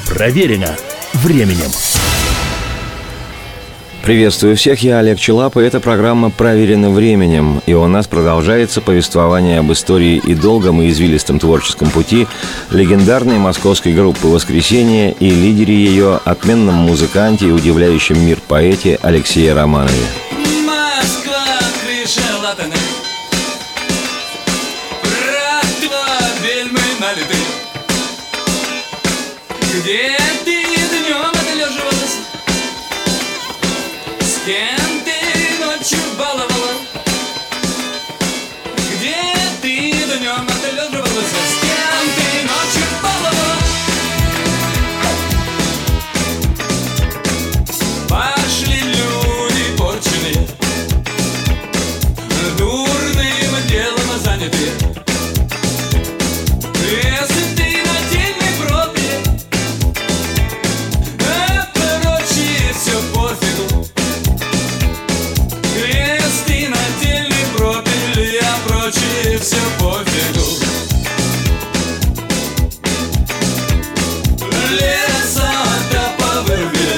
Проверено временем. Приветствую всех, я Олег Челап, и эта программа «Проверено временем». И у нас продолжается повествование об истории и долгом, и извилистом творческом пути легендарной московской группы «Воскресенье» и лидере ее, отменном музыканте и удивляющем мир поэте Алексее Романове. Москва, крыша латаная, братва, бельмы налиты. Где ты днем отлеживалась? С кем ты ночью баловала? Где ты днем отлеживалась? С кем ты ночью баловала? Пошли люди порченые, дурным делом заняты. Если ты на дельной пробе, прочее все пофигу. Если ты на дельной пробе, а прочее все пофигу. Леса топовые,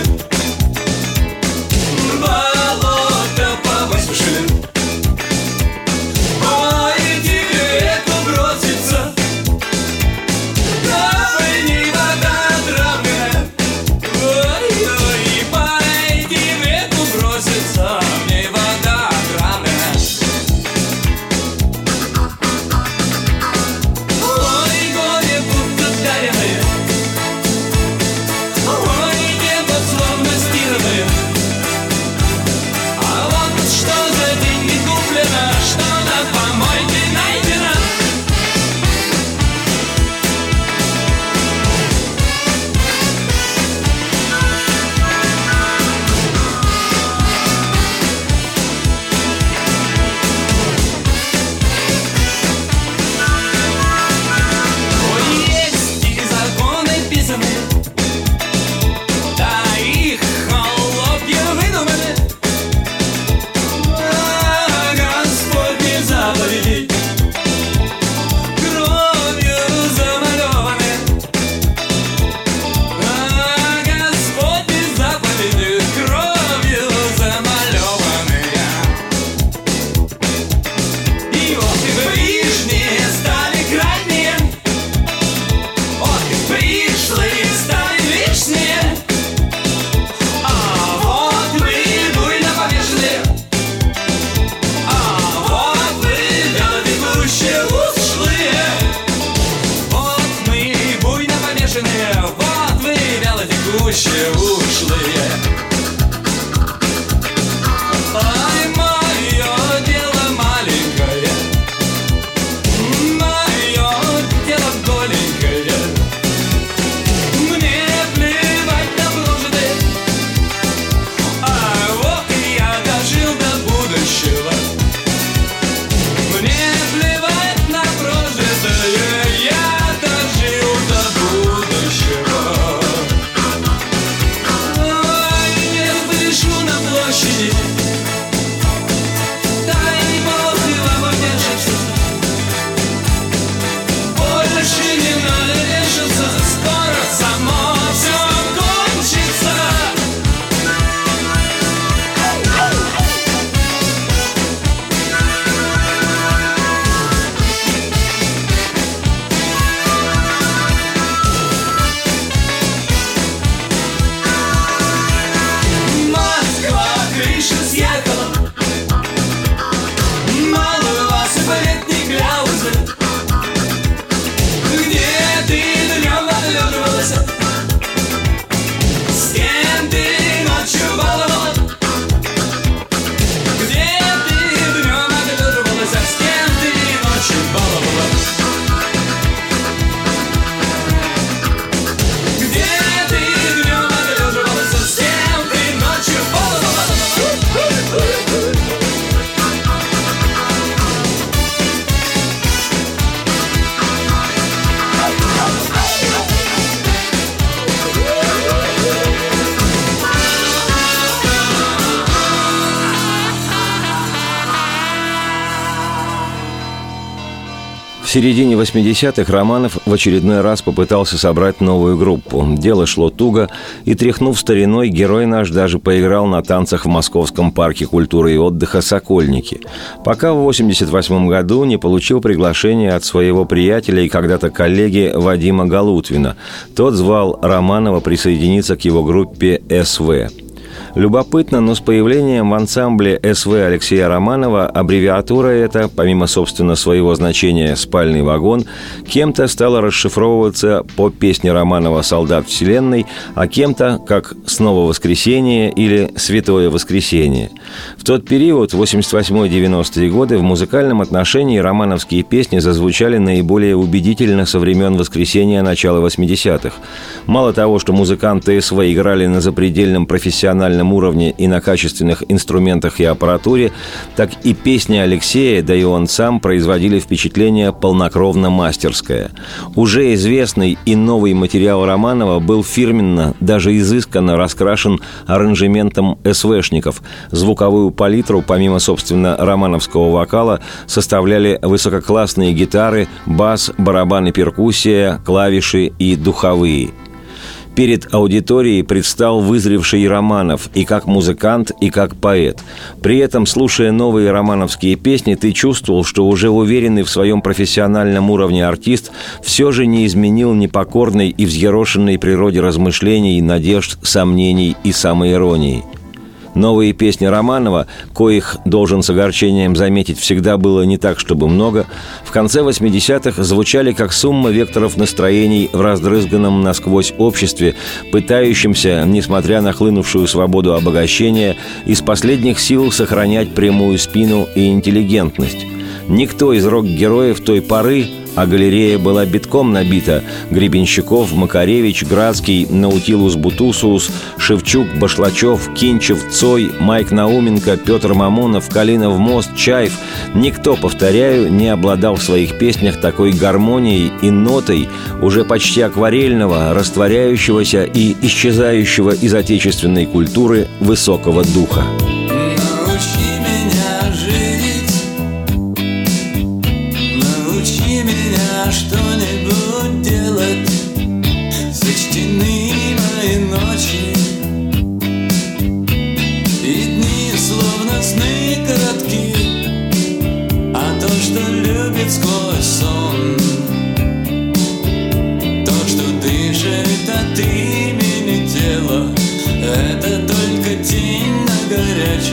болото повысушили. Ой, тебе это бросится, давай не вода отравленная. Ой, пойди в реку бросится, не вода отравленная. Ой, горе будто даренное, ой, небо словно стиранное. А вот что за деньги куплено, что на помойке найдено. Ой, есть и законы писаны, да их холопья выдуманы. А Господни заповеди кровью замалеваны. А Господни заповеди кровью замалеваны. И вот и ближние стали крайние, вот и пришлые стали лишние. А вот вы буйно помешаны, а вот вы вялотекущие ушлые. Вот мы буйно помешаны, вот вы вялотекущие ушлые. Ай, мое дело маленькое, мое дело голенькое. Мне плевать на прожитое, а вот и я дожил до будущего. Мне плевать на прожитое, я дожил до будущего. Ой, середине 80-х Романов в очередной раз попытался собрать новую группу. Дело шло туго, и, тряхнув стариной, герой наш даже поиграл на танцах в Московском парке культуры и отдыха «Сокольники», пока в 88 году не получил приглашение от своего приятеля и когда-то коллеги Вадима Галутвина. Тот звал Романова присоединиться к его группе «СВ». Любопытно, но с появлением в ансамбле СВ Алексея Романова аббревиатура эта, помимо, собственно, своего значения «спальный вагон», кем-то стала расшифровываться по песне Романова «Солдат Вселенной», а кем-то как «Снова воскресенье» или «Святое воскресенье». В тот период, 88-90-е годы, в музыкальном отношении романовские песни зазвучали наиболее убедительно со времен «Воскресенья» начала 80-х. Мало того, что музыканты СВ играли на запредельном профессиональном уровне и на качественных инструментах и аппаратуре, так и песни Алексея, да и он сам, производили впечатление полнокровно мастерское. Уже известный и новый материал Романова был фирменно, даже изысканно раскрашен аранжементом СВшников. Звуковую палитру, помимо, собственно, романовского вокала, составляли высококлассные гитары, бас, барабаны, перкуссия, клавиши и духовые. Перед аудиторией предстал вызревший Романов и как музыкант, и как поэт. При этом, слушая новые романовские песни, ты чувствовал, что уже уверенный в своем профессиональном уровне артист все же не изменил непокорной и взъерошенной природе размышлений, надежд, сомнений и самоиронии. Новые песни Романова, коих, должен с огорчением заметить, всегда было не так, чтобы много, в конце 80-х звучали как сумма векторов настроений в раздрызганном насквозь обществе, пытающемся, несмотря на хлынувшую свободу обогащения, из последних сил сохранять прямую спину и интеллигентность. Никто из рок-героев той поры, а галерея была битком набита: Гребенщиков, Макаревич, Градский, Наутилус Бутусус, Шевчук, Башлачев, Кинчев, Цой, Майк Науменко, Петр Мамонов, Калинов Мост, Чаев. Никто, повторяю, не обладал в своих песнях такой гармонией и нотой уже почти акварельного, растворяющегося и исчезающего из отечественной культуры высокого духа. Что-нибудь делать, сочтены мои ночи, и дни словно сны коротки, а то, что любит сквозь сон, то, что дышит от имени тела, это только тень на горячем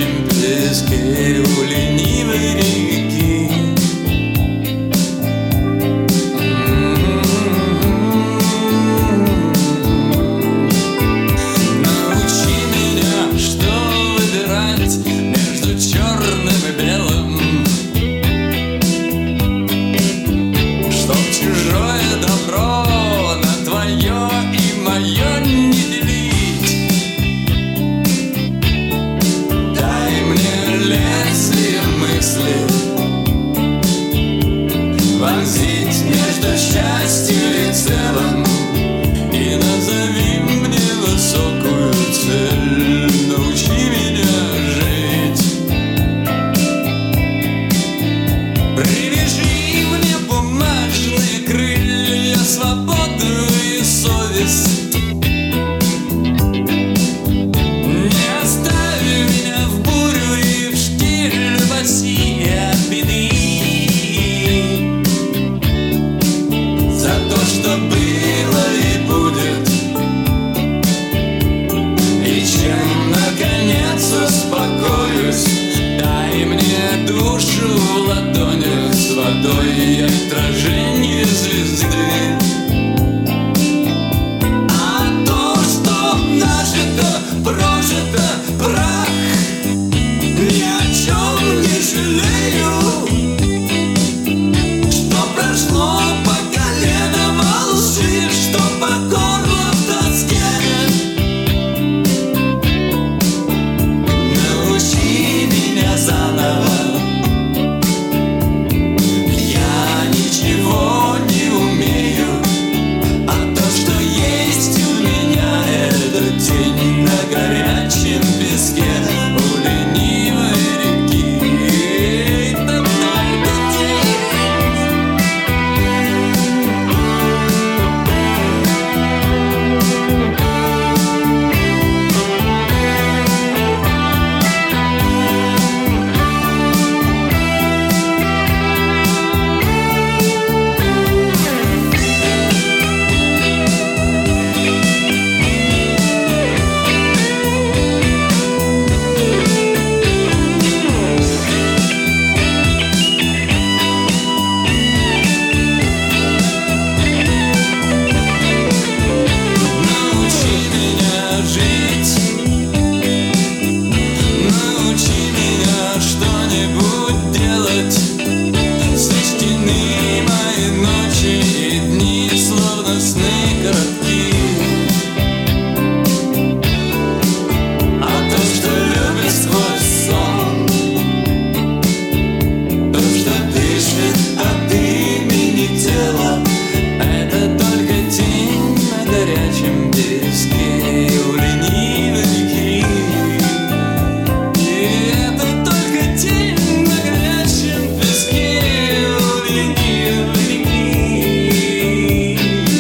горячем песке у ленивой реки. И это только тень на горячем песке у ленивой реки.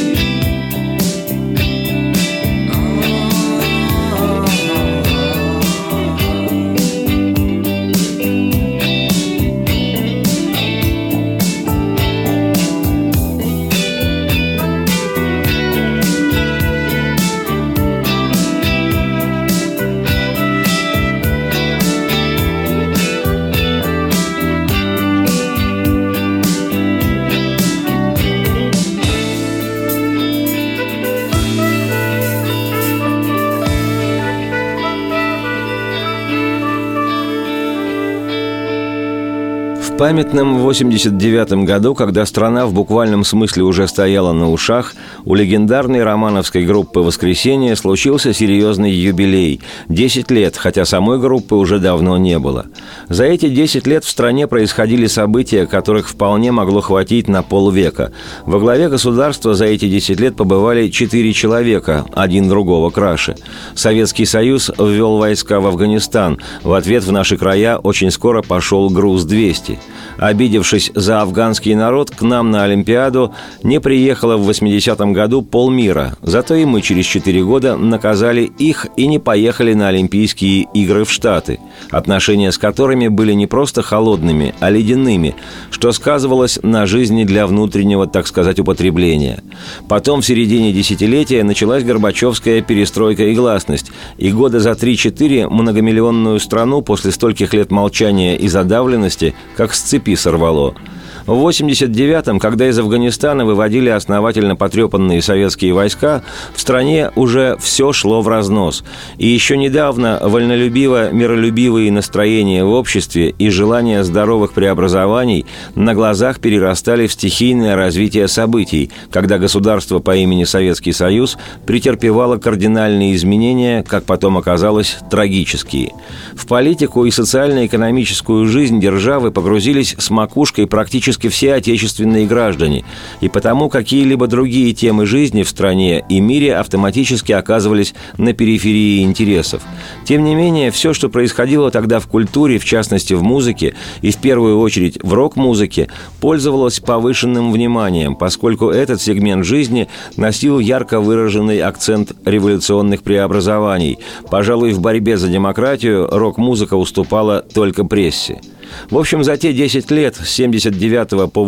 В памятном 89-м году, когда страна в буквальном смысле уже стояла на ушах, у легендарной романовской группы «Воскресенье» случился серьезный юбилей – 10 лет, хотя самой группы уже давно не было. За эти 10 лет в стране происходили события, которых вполне могло хватить на полвека. Во главе государства за эти 10 лет побывали 4 человека, один другого краше. Советский Союз ввел войска в Афганистан. В ответ в наши края очень скоро пошел груз-200. Обидевшись за афганский народ, к нам на Олимпиаду не приехало в 80-м году полмира. Зато и мы через 4 года наказали их и не поехали на Олимпийские игры в Штаты, отношения с которыми были не просто холодными, а ледяными, что сказывалось на жизни для внутреннего, так сказать, употребления. Потом в середине десятилетия началась Горбачевская перестройка и гласность, и года за 3-4 многомиллионную страну после стольких лет молчания и задавленности как с цепи сорвало. В 89-м, когда из Афганистана выводили основательно потрепанные советские войска, в стране уже все шло в разнос. И еще недавно вольнолюбиво-миролюбивые настроения в обществе и желание здоровых преобразований на глазах перерастали в стихийное развитие событий, когда государство по имени Советский Союз претерпевало кардинальные изменения, как потом оказалось, трагические. В политику и социально-экономическую жизнь державы погрузились с макушкой практически все отечественные граждане, и потому какие-либо другие темы жизни в стране и мире автоматически оказывались на периферии интересов. Тем не менее, все, что происходило тогда в культуре, в частности в музыке, и в первую очередь в рок-музыке, пользовалось повышенным вниманием, поскольку этот сегмент жизни носил ярко выраженный акцент революционных преобразований. Пожалуй, в борьбе за демократию рок-музыка уступала только прессе. В общем, за те 10 лет, с 79 по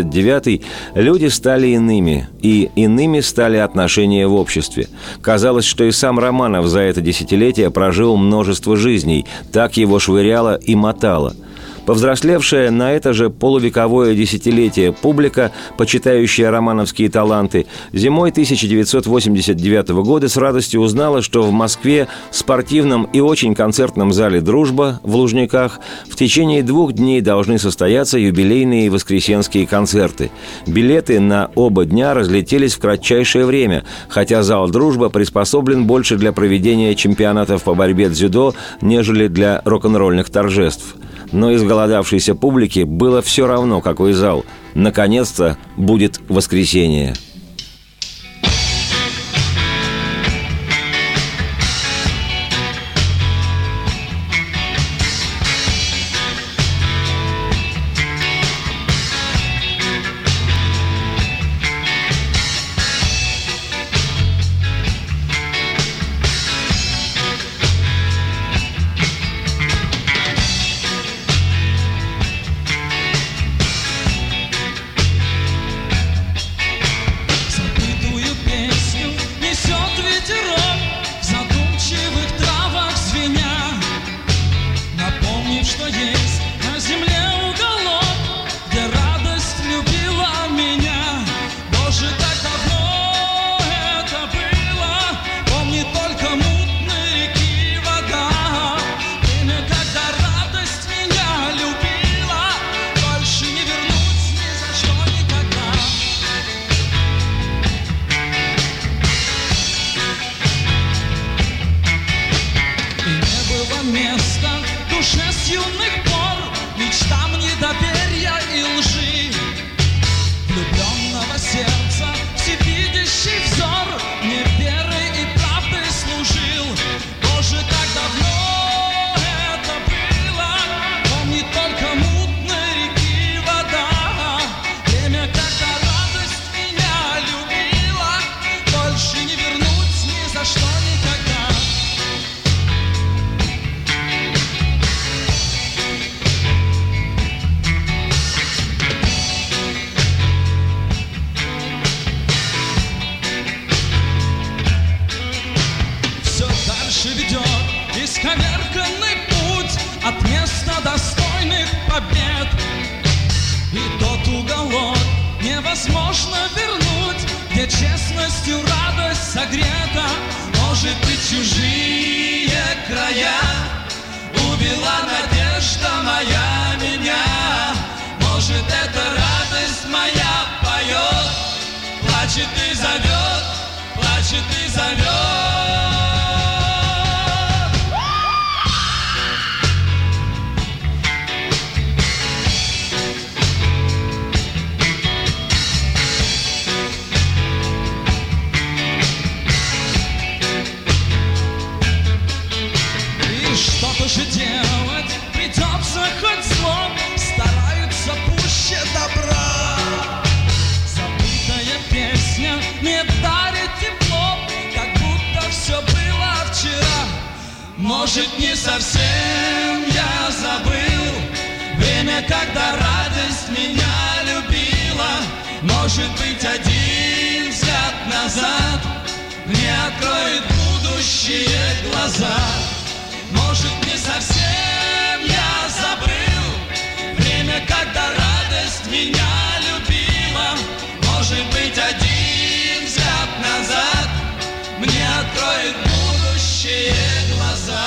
89, люди стали иными, и иными стали отношения в обществе. Казалось, что и сам Романов за это десятилетие прожил множество жизней, так его швыряло и мотало. Повзрослевшая на это же полувековое десятилетие публика, почитающая романовские таланты, зимой 1989 года с радостью узнала, что в Москве в спортивном и очень концертном зале «Дружба» в Лужниках в течение 2 дней должны состояться юбилейные воскресенские концерты. Билеты на оба дня разлетелись в кратчайшее время, хотя зал «Дружба» приспособлен больше для проведения чемпионатов по борьбе дзюдо, нежели для рок-н-ролльных торжеств. Но изголодавшейся публике было все равно, какой зал. Наконец-то будет воскресенье. побед. И тот уголок невозможно вернуть, где честностью радость согрета. Может быть, чужие края убила надежда моя меня. Может, эта радость моя поет, плачет и зовет, плачет и зовет. Что же делать? Придется хоть злом, стараются пуще добра. Забытая песня не дарит тепло, как будто все было вчера. Может, не совсем я забыл время, когда радость меня любила. Может быть, один взгляд назад мне откроет будущие глаза. Может, не совсем я забыл время, когда радость меня любила. Может быть, один взгляд назад мне откроет будущие глаза.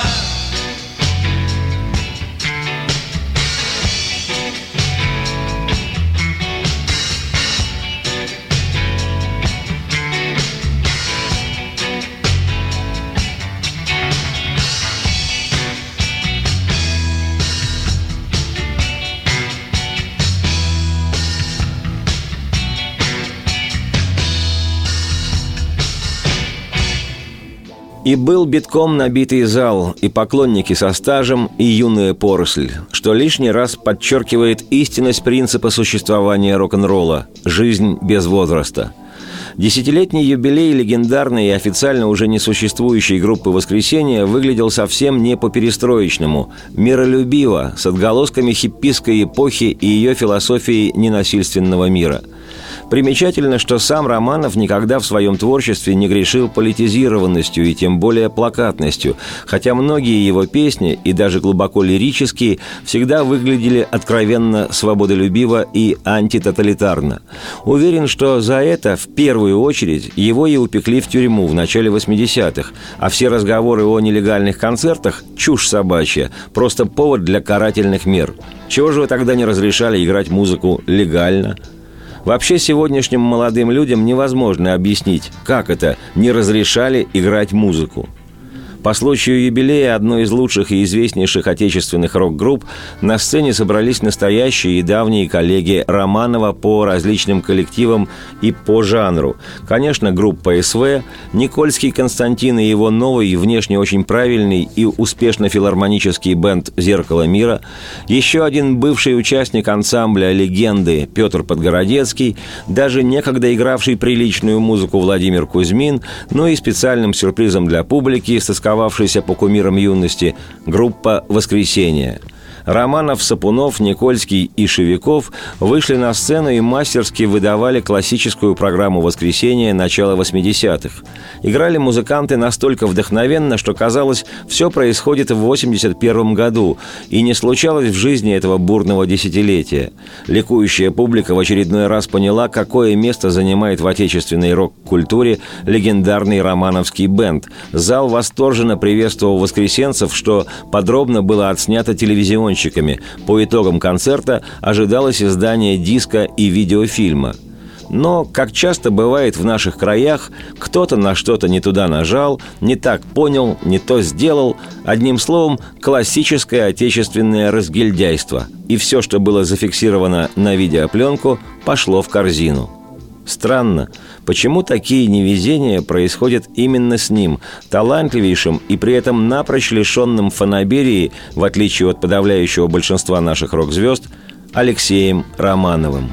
И был битком набитый зал, и поклонники со стажем, и юная поросль, что лишний раз подчеркивает истинность принципа существования рок-н-ролла – жизнь без возраста. Десятилетний юбилей легендарной и официально уже не существующей группы «Воскресенье» выглядел совсем не по-перестроечному, миролюбиво, с отголосками хиппийской эпохи и ее философией ненасильственного мира. Примечательно, что сам Романов никогда в своем творчестве не грешил политизированностью и тем более плакатностью, хотя многие его песни, и даже глубоко лирические, всегда выглядели откровенно свободолюбиво и антитоталитарно. Уверен, что за это, в первую очередь, его и упекли в тюрьму в начале 80-х, а все разговоры о нелегальных концертах – чушь собачья, просто повод для карательных мер. Чего же вы тогда не разрешали играть музыку легально? Вообще сегодняшним молодым людям невозможно объяснить, как это не разрешали играть музыку. По случаю юбилея одной из лучших и известнейших отечественных рок-групп на сцене собрались настоящие и давние коллеги Романова по различным коллективам и по жанру. Конечно, группа СВ, Никольский Константин и его новый, внешне очень правильный и успешно филармонический бэнд «Зеркало мира», еще один бывший участник ансамбля «Легенды» Петр Подгородецкий, даже некогда игравший приличную музыку Владимир Кузьмин, но и специальным сюрпризом для публики сосковавшийся по кумирам юности группа «Воскресенье». Романов, Сапунов, Никольский и Шевиков вышли на сцену и мастерски выдавали классическую программу «Воскресенье» начала 80-х. Играли музыканты настолько вдохновенно, что казалось, все происходит в 81 году, и не случалось в жизни этого бурного десятилетия. Ликующая публика в очередной раз поняла, какое место занимает в отечественной рок-культуре легендарный романовский бэнд. Зал восторженно приветствовал воскресенцев, что подробно было отснято телевизионщиками. По итогам концерта ожидалось издание диска и видеофильма. Но, как часто бывает в наших краях, кто-то на что-то не туда нажал, не так понял, не то сделал. Одним словом, классическое отечественное разгильдяйство. И все, что было зафиксировано на видеопленку, пошло в корзину. Странно, почему такие невезения происходят именно с ним, талантливейшим и при этом напрочь лишенным фанаберии, в отличие от подавляющего большинства наших рок-звезд, Алексеем Романовым.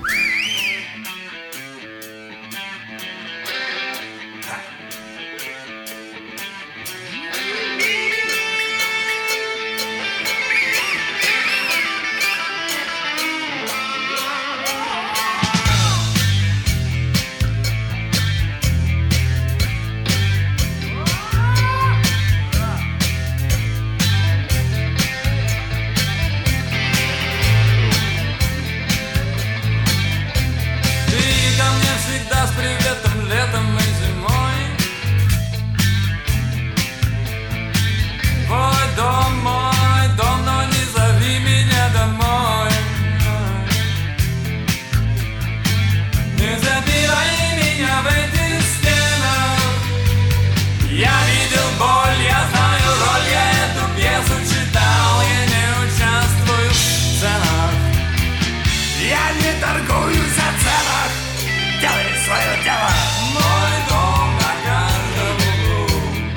Я видел боль, я знаю роль, я эту пьесу читал, я не участвую в сценах. Я не торгуюсь о ценах, делай свое дело. Мой дом на каждом углу.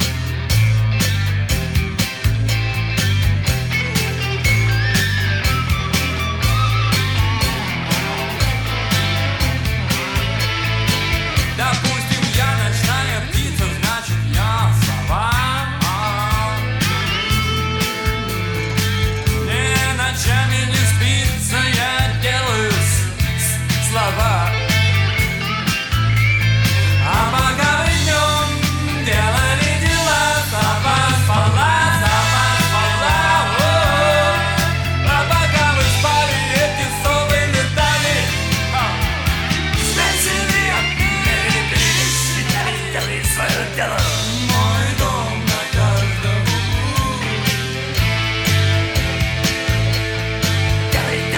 Допустим, я ночная птица, значит я сова. Мне ночами не спится, я делаю слова. А пока вы днем делали дела, сова спала. А пока вы спали, эти совы летали. Смесили, делай свое дело. Мой дом на каждом углу. Делай.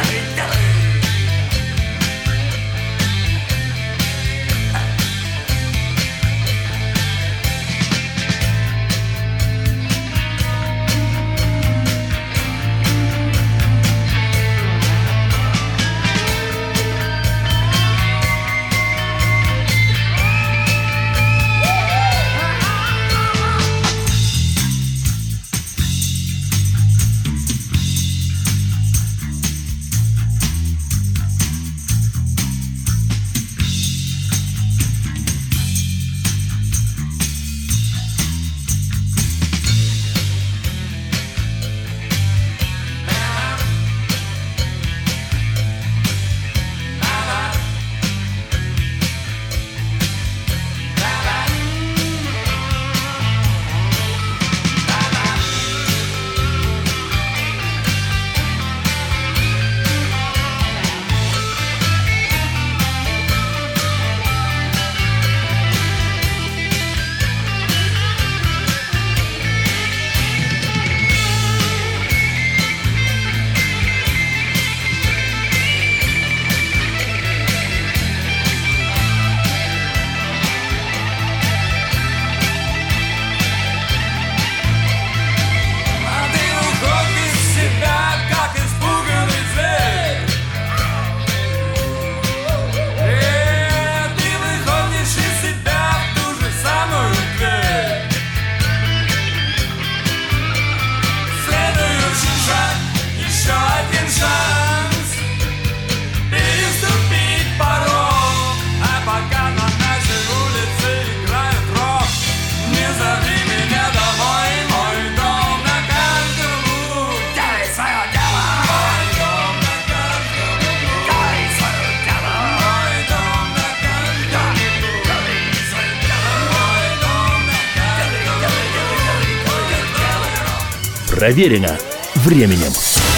Проверено временем.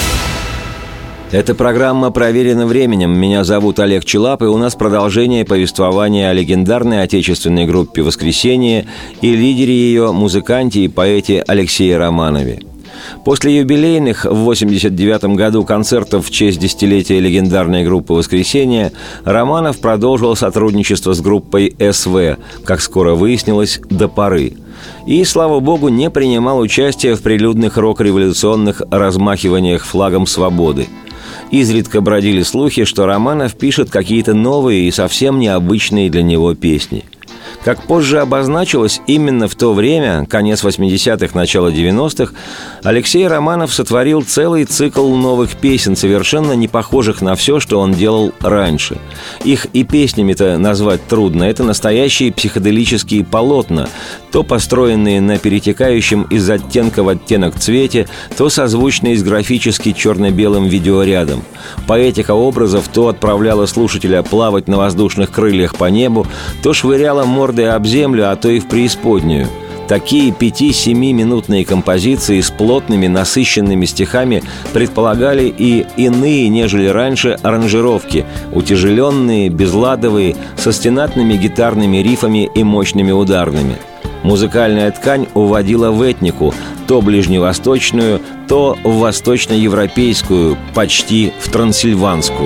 Эта программа «Проверена временем». Меня зовут Олег Челап, и у нас продолжение повествования о легендарной отечественной группе «Воскресенье» и лидере ее, музыканте и поэте Алексее Романове. После юбилейных в 1989 году концертов в честь десятилетия легендарной группы «Воскресенье» Романов продолжил сотрудничество с группой СВ, как скоро выяснилось, до поры. И, слава богу, не принимал участия в прилюдных рок-революционных размахиваниях флагом свободы. Изредка бродили слухи, что Романов пишет какие-то новые и совсем необычные для него песни. Как позже обозначилось, именно в то время, конец 80-х, начало 90-х, Алексей Романов сотворил целый цикл новых песен, совершенно не похожих на все, что он делал раньше. Их и песнями-то назвать трудно. Это настоящие психоделические полотна, то построенные на перетекающем из оттенка в оттенок цвете, то созвучные с графически черно-белым видеорядом. Поэтика образов то отправляла слушателя плавать на воздушных крыльях по небу, то швыряла мордой об землю, а то и в преисподнюю. Такие 5-7-минутные композиции с плотными, насыщенными стихами предполагали и иные, нежели раньше, аранжировки, утяжеленные, безладовые, со стенатными гитарными рифами и мощными ударными. Музыкальная ткань уводила в этнику, то ближневосточную, то в восточноевропейскую, почти в трансильванскую.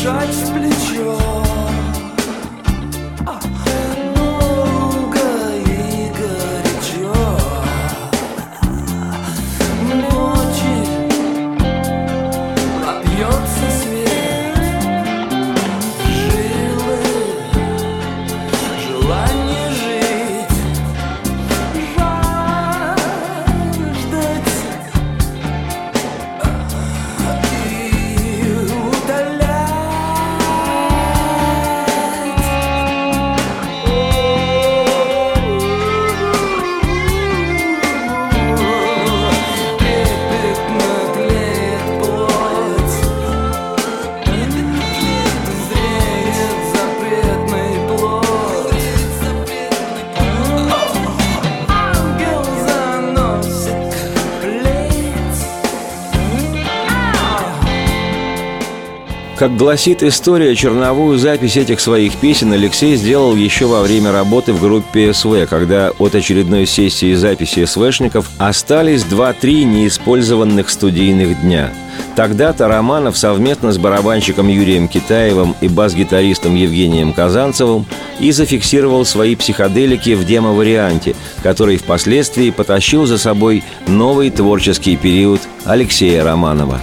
дышать в плечо. Как гласит история, черновую запись этих своих песен Алексей сделал еще во время работы в группе СВ, когда от очередной сессии записи СВшников остались 2-3 неиспользованных студийных дня. Тогда-то Романов совместно с барабанщиком Юрием Китаевым и бас-гитаристом Евгением Казанцевым и зафиксировал свои психоделики в демо-варианте, который впоследствии потащил за собой новый творческий период Алексея Романова.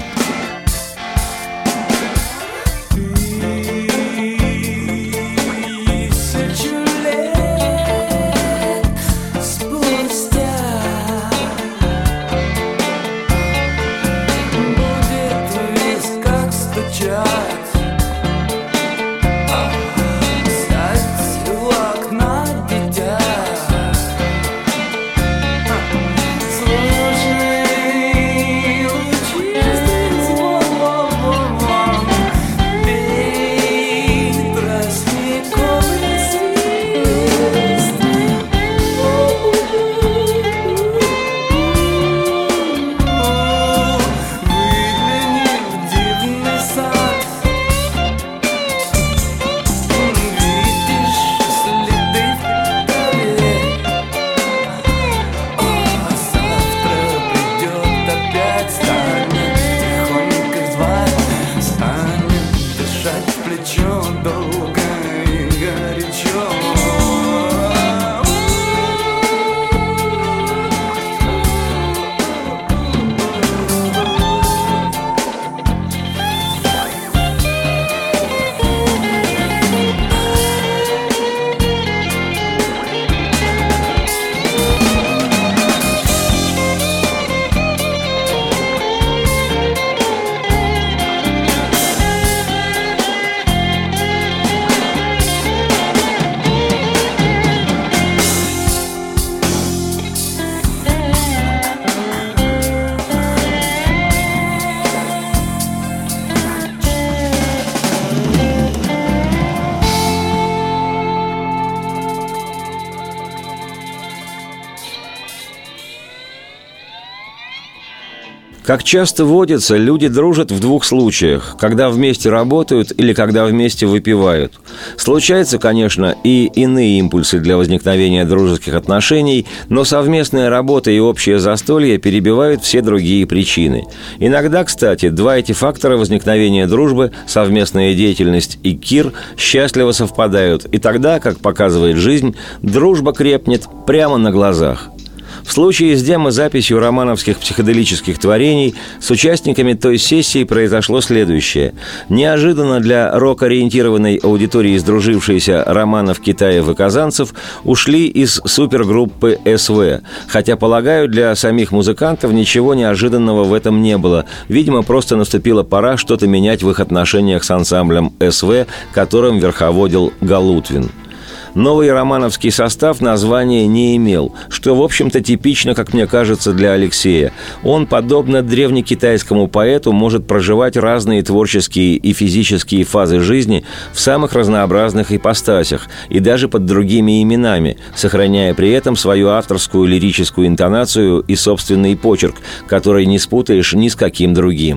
Как часто водится, люди дружат в двух случаях: когда вместе работают или когда вместе выпивают. Случаются, конечно, и иные импульсы для возникновения дружеских отношений, но совместная работа и общее застолье перебивают все другие причины. Иногда, кстати, два эти фактора возникновения дружбы, совместная деятельность и кир, счастливо совпадают, и тогда, как показывает жизнь, дружба крепнет прямо на глазах. В случае с демозаписью романовских психоделических творений с участниками той сессии произошло следующее. Неожиданно для рок-ориентированной аудитории сдружившиеся Романов, Китаев и Казанцев ушли из супергруппы СВ. Хотя, полагаю, для самих музыкантов ничего неожиданного в этом не было. Видимо, просто наступила пора что-то менять в их отношениях с ансамблем СВ, которым верховодил Галутвин. Новый романовский состав названия не имел, что, в общем-то, типично, как мне кажется, для Алексея. Он, подобно древнекитайскому поэту, может проживать разные творческие и физические фазы жизни в самых разнообразных ипостасях и даже под другими именами, сохраняя при этом свою авторскую лирическую интонацию и собственный почерк, который не спутаешь ни с каким другим.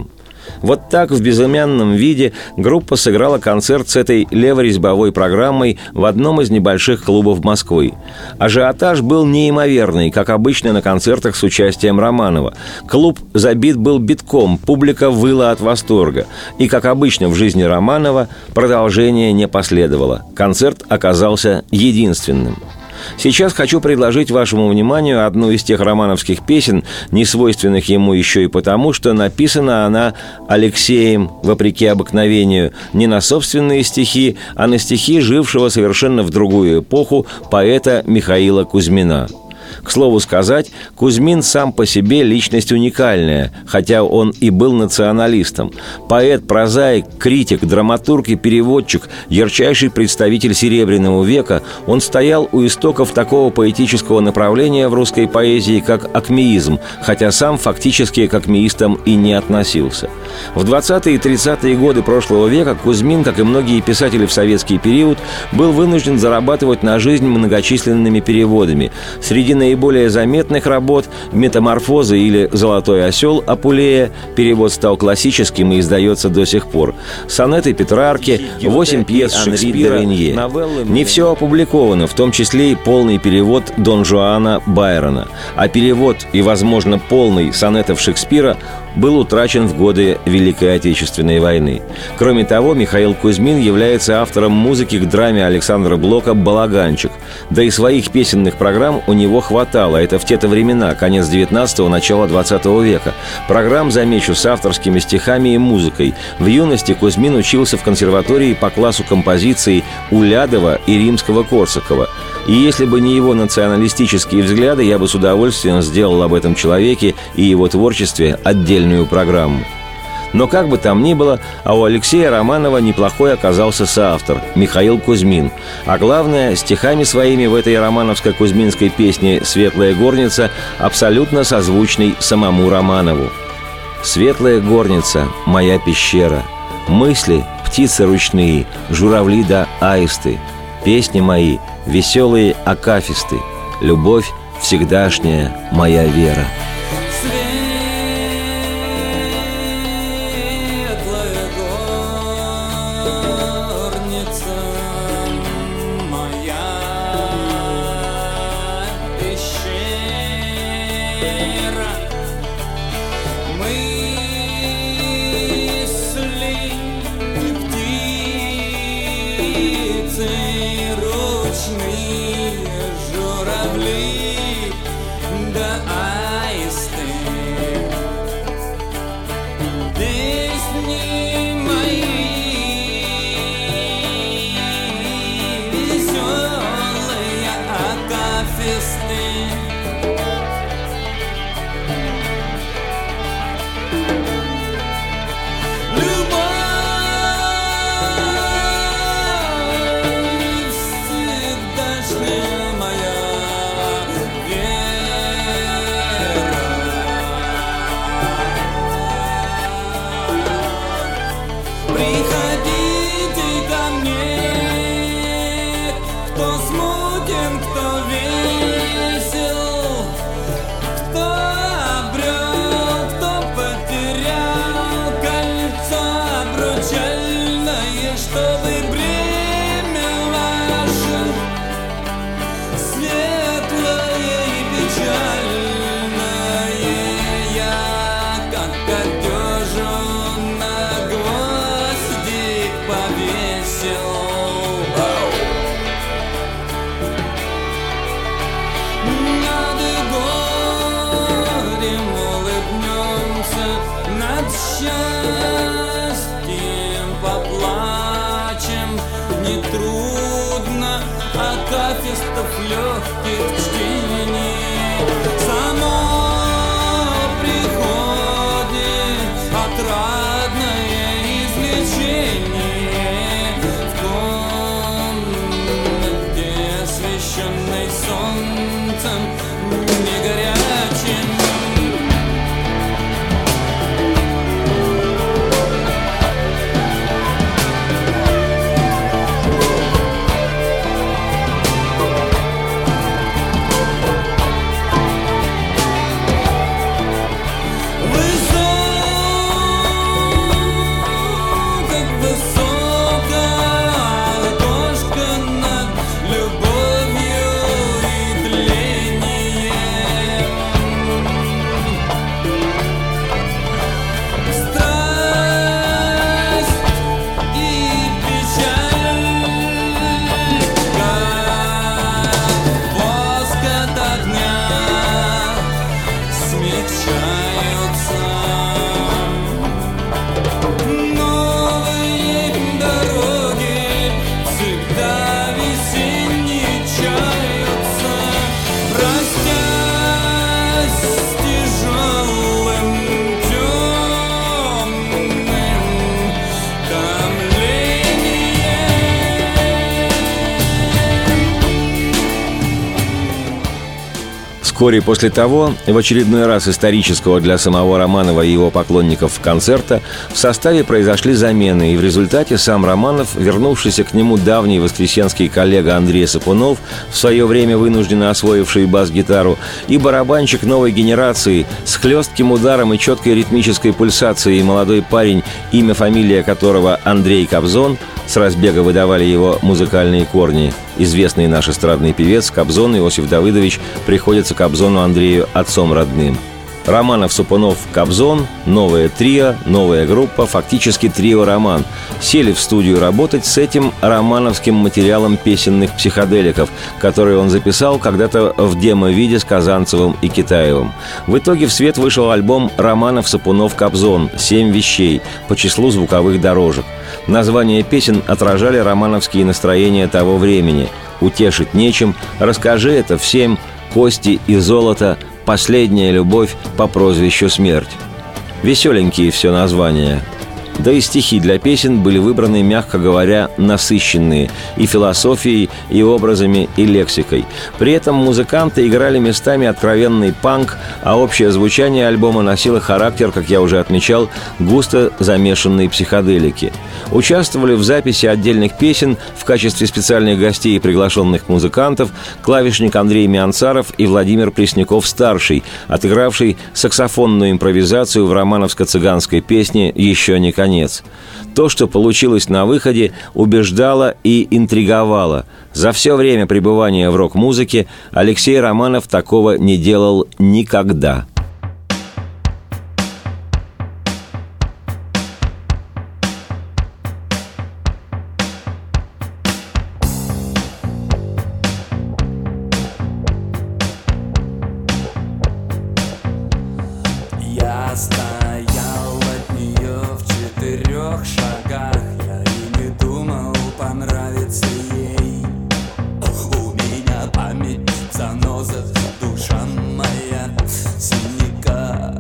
Вот так в безымянном виде группа сыграла концерт с этой леворезьбовой программой в одном из небольших клубов Москвы. Ажиотаж был неимоверный, как обычно на концертах с участием Романова. Клуб забит был битком, публика выла от восторга. И, как обычно в жизни Романова, продолжение не последовало. Концерт оказался единственным. Сейчас хочу предложить вашему вниманию одну из тех романовских песен, не свойственных ему еще и потому, что написана она Алексеем, вопреки обыкновению, не на собственные стихи, а на стихи жившего совершенно в другую эпоху поэта Михаила Кузьмина. К слову сказать, Кузьмин сам по себе личность уникальная, хотя он и был националистом. Поэт, прозаик, критик, драматург и переводчик, ярчайший представитель Серебряного века, он стоял у истоков такого поэтического направления в русской поэзии, как акмеизм, хотя сам фактически к акмеистам и не относился. В 20-е и 30-е годы прошлого века Кузьмин, как и многие писатели в советский период, был вынужден зарабатывать на жизнь многочисленными переводами. Среди наиболее заметных работ «Метаморфозы» или «Золотой осел» Апулея перевод стал классическим и издается до сих пор. Сонеты Петрарки, 8 пьес Шекспира, не все опубликовано, в том числе и полный перевод Дон Жуана Байрона. А перевод и, возможно, полный сонетов Шекспира был утрачен в годы Великой Отечественной войны. Кроме того, Михаил Кузьмин является автором музыки к драме Александра Блока «Балаганчик». Да и своих песенных программ у него хватало. Это в те-то времена, конец 19-го, начало 20 века. Программ, замечу, с авторскими стихами и музыкой. В юности Кузьмин учился в консерватории по классу композиции у Лядова и Римского-Корсакова. И если бы не его националистические взгляды, я бы с удовольствием сделал об этом человеке и его творчестве отдельную программу. Но как бы там ни было, а у Алексея Романова неплохой оказался соавтор – Михаил Кузьмин. А главное, стихами своими в этой романовско-кузьминской песне «Светлая горница» абсолютно созвучный самому Романову. «Светлая горница, моя пещера, мысли, птицы ручные, журавли да аисты, песни мои, веселые акафисты, любовь всегдашняя моя вера». Акафистов легких чтений само приходит отрадное излечение в комнате, освещенной солнцем не горячим. Вскоре после того, в очередной раз исторического для самого Романова и его поклонников концерта, в составе произошли замены, и в результате сам Романов, вернувшийся к нему давний воскресенский коллега Андрей Сапунов, в свое время вынужденно освоивший бас-гитару, и барабанщик новой генерации с хлестким ударом и четкой ритмической пульсацией молодой парень, имя, фамилия которого Андрей Кобзон, с разбега выдавали его музыкальные корни. Известный наш эстрадный певец Кобзон Иосиф Давыдович приходится Кобзону Андрею отцом родным. Романов, Сапунов, Кобзон, новое трио, новая группа, фактически трио-роман. Сели в студию работать с этим романовским материалом песенных психоделиков, который он записал когда-то в демо-виде с Казанцевым и Китаевым. В итоге в свет вышел альбом «Романов, Сапунов, Кобзон. 7 вещей» по числу звуковых дорожек. Названия песен отражали романовские настроения того времени. «Утешить нечем», «Расскажи это всем», «Кости и золото», «Последняя любовь» по прозвищу «Смерть». Веселенькие все названия. Да и стихи для песен были выбраны, мягко говоря, насыщенные и философией, и образами, и лексикой. При этом музыканты играли местами откровенный панк, а общее звучание альбома носило характер, как я уже отмечал, густо замешанной психоделики. Участвовали в записи отдельных песен в качестве специальных гостей и приглашенных музыкантов клавишник Андрей Мианцаров и Владимир Пресняков-старший, отыгравший саксофонную импровизацию в романовско-цыганской песне «Еще не конец». То, что получилось на выходе, убеждало и интриговало. За все время пребывания в рок-музыке Алексей Романов такого не делал никогда. Я стоял от нее в 4 шагах, я и не думал понравиться ей. У меня память в занозах, душа моя в синяках.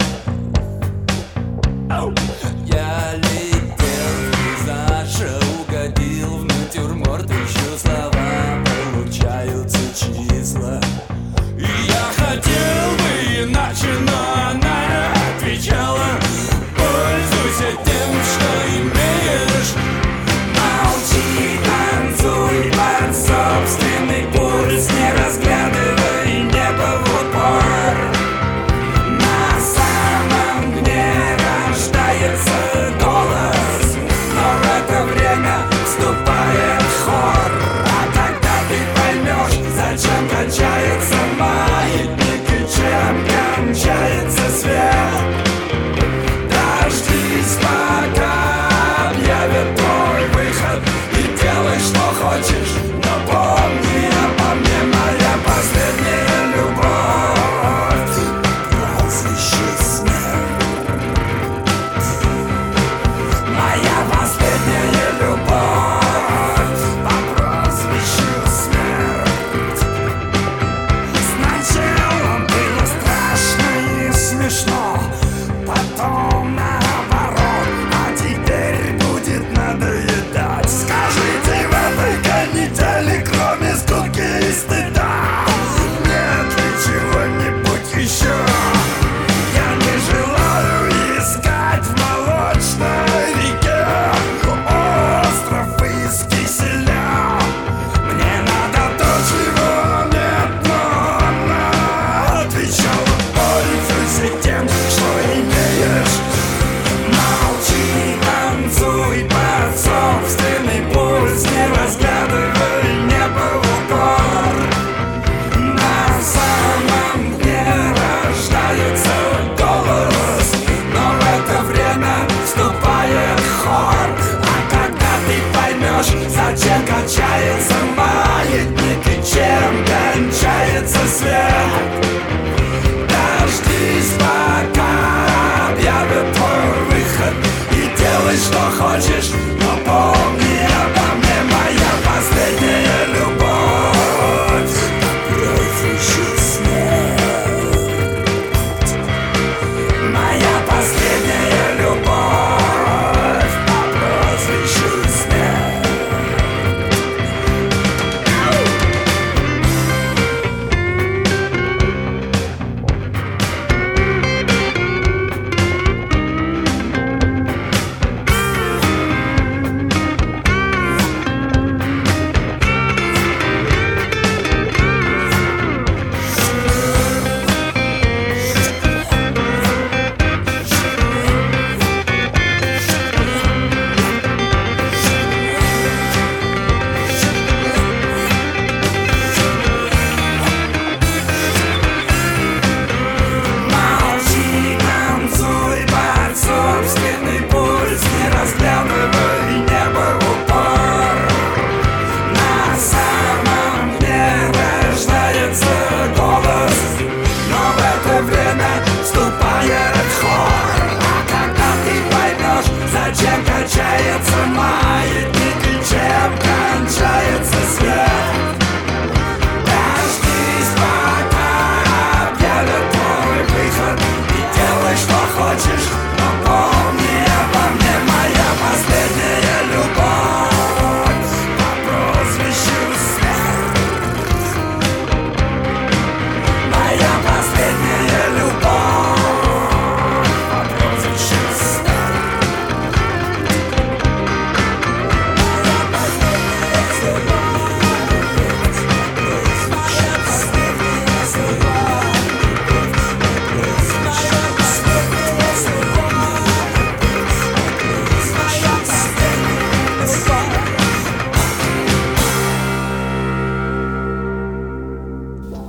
Я летел в пейзаж, угодил в натюрморт, ищу слова, получаются числа. И я хотел бы иначе, но она отвечала: пользуйся тем, что имеешь. Молчи, танцуй под собственный пульс, не разглядывай небо в упор. На самом дне рождается голос, но в это время вступает хор. А тогда ты поймешь, зачем кончается маятник и чем кончается свет. Дождись, пока объявят твой выход, и делай, что хочешь, но помни обо мне, моя последняя любовь. Прозвище смерть. Моя последняя любовь по прозвищу смерть. Сначала было страшно и смешно, потом наоборот, а теперь будет надоедать. Скажите, в этой канители, кроме скуки и стыда, нет ли чего-нибудь еще? Я не желаю искать в молочной реке остров из киселя. Мне надо то, чего нет, но она отвечала: пользуйся тем, что имеешь. Молчи, танцуй под собственный пульс, не разглядывай небо в упор. На самом дне рождается голос, но в это время вступает хор. А когда ты поймешь, зачем кончается маятник и чем кончается свет, дождись, пока объявят твой выход, и делай, что хочешь, но помни обо мне, моя последняя любовь. Прозвище смерть. Моя последняя любовь по прозвищу смерть.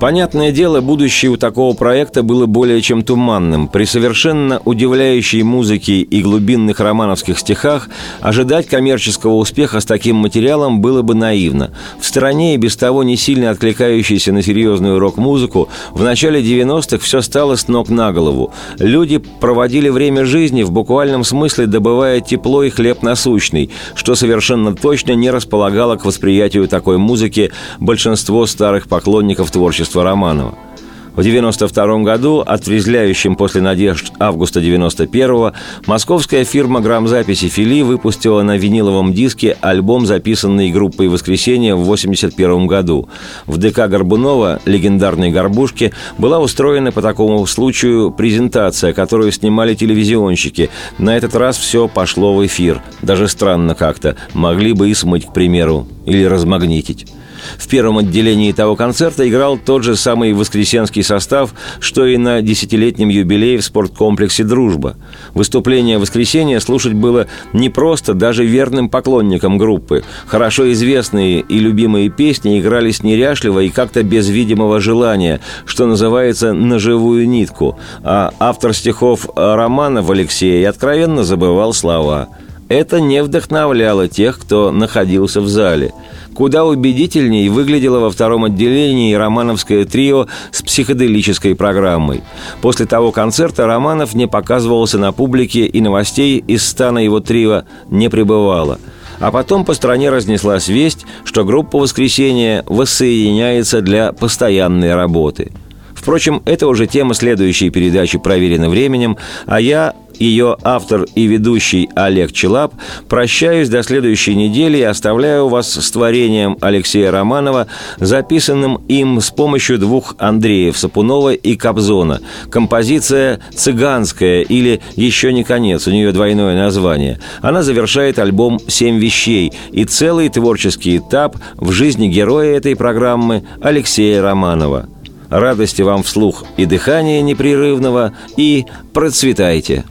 Понятное дело, будущее у такого проекта было более чем туманным. При совершенно удивляющей музыке и глубинных романовских стихах ожидать коммерческого успеха с таким материалом было бы наивно. В стране и без того не сильно откликающейся на серьезную рок-музыку в начале 90-х все стало с ног на голову. Люди проводили время жизни в буквальном смысле, добывая тепло и хлеб насущный, что совершенно точно не располагало к восприятию такой музыки большинство старых поклонников творчества Романова. В 1992 году, отрезвляющим после надежд августа 1991-го, московская фирма грамзаписи «Фили» выпустила на виниловом диске альбом, записанный группой «Воскресенье» в 1981 году. В ДК Горбунова, легендарной «Горбушке», была устроена по такому случаю презентация, которую снимали телевизионщики. На этот раз все пошло в эфир. Даже странно как-то. Могли бы и смыть, к примеру, или размагнитить. В первом отделении того концерта играл тот же самый воскресенский состав, что и на 10-летнем юбилее в спорткомплексе «Дружба». Выступление «Воскресенья» слушать было непросто даже верным поклонникам группы. Хорошо известные и любимые песни игрались неряшливо и как-то без видимого желания, что называется «на живую нитку», а автор стихов Романов Алексей откровенно забывал слова. Это не вдохновляло тех, кто находился в зале. Куда убедительнее выглядело во втором отделении романовское трио с психоделической программой. После того концерта Романов не показывался на публике, и новостей из стана его трио не прибывало. А потом по стране разнеслась весть, что группа «Воскресенье» воссоединяется для постоянной работы. Впрочем, это уже тема следующей передачи «Проверено временем», а я, ее автор и ведущий Олег Челап, прощаюсь до следующей недели и оставляю вас с творением Алексея Романова, записанным им с помощью двух Андреев, Сапунова и Кобзона. Композиция «Цыганская» или «Еще не конец», у нее двойное название. Она завершает альбом «7 вещей» и целый творческий этап в жизни героя этой программы Алексея Романова. Радости вам вслух и дыхания непрерывного, и процветайте!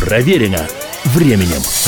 Проверено временем.